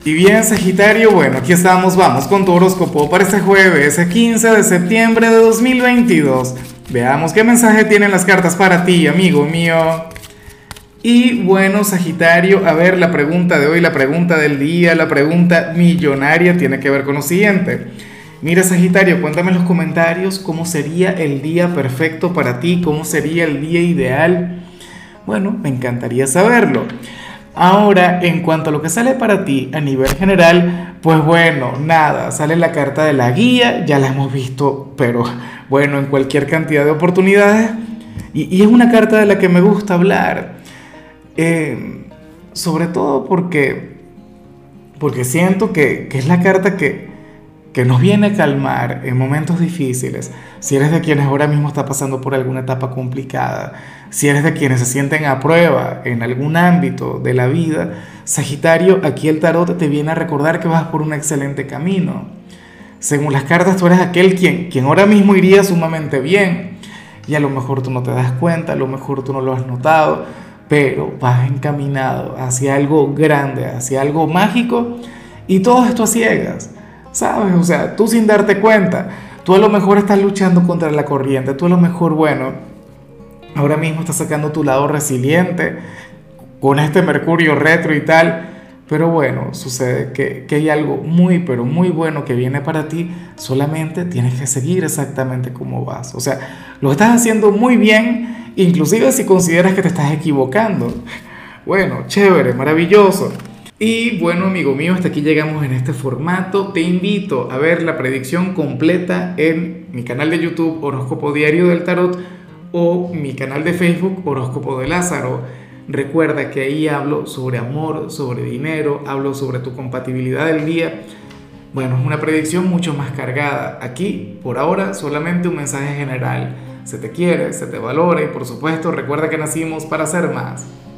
Y bien, Sagitario, bueno, aquí estamos, vamos con tu horóscopo para este jueves, 15 de septiembre de 2022. Veamos qué mensaje tienen las cartas para ti, amigo mío. Y bueno, Sagitario, a ver, la pregunta de hoy, la pregunta del día, la pregunta millonaria tiene que ver con lo siguiente. Mira, Sagitario, cuéntame en los comentarios cómo sería el día perfecto para ti, cómo sería el día ideal. Bueno, me encantaría saberlo. Ahora, en cuanto a lo que sale para ti a nivel general, pues bueno, nada, sale la carta de la guía, ya la hemos visto, pero bueno, en cualquier cantidad de oportunidades. Y es una carta de la que me gusta hablar, eh, sobre todo porque siento que es la carta que nos viene a calmar en momentos difíciles. Si eres de quienes ahora mismo está pasando por alguna etapa complicada, si eres de quienes se sienten a prueba en algún ámbito de la vida, Sagitario, aquí el tarot te viene a recordar que vas por un excelente camino. Según las cartas, tú eres aquel quien ahora mismo iría sumamente bien. Y a lo mejor tú no te das cuenta, a lo mejor tú no lo has notado, pero vas encaminado hacia algo grande, hacia algo mágico, y todo esto a ciegas, ¿sabes? O sea, tú sin darte cuenta, tú a lo mejor estás luchando contra la corriente, tú a lo mejor, bueno, ahora mismo estás sacando tu lado resiliente con este Mercurio retro y tal, pero bueno, sucede que hay algo muy, pero muy bueno que viene para ti, solamente tienes que seguir exactamente como vas. O sea, lo estás haciendo muy bien, inclusive si consideras que te estás equivocando. Bueno, chévere, maravilloso. Y bueno, amigo mío, hasta aquí llegamos en este formato. Te invito a ver la predicción completa en mi canal de YouTube Horóscopo Diario del Tarot o mi canal de Facebook Horóscopo de Lázaro. Recuerda que ahí hablo sobre amor, sobre dinero, hablo sobre tu compatibilidad del día. Bueno, es una predicción mucho más cargada. Aquí, por ahora, solamente un mensaje general. Se te quiere, se te valora y por supuesto recuerda que nacimos para ser más.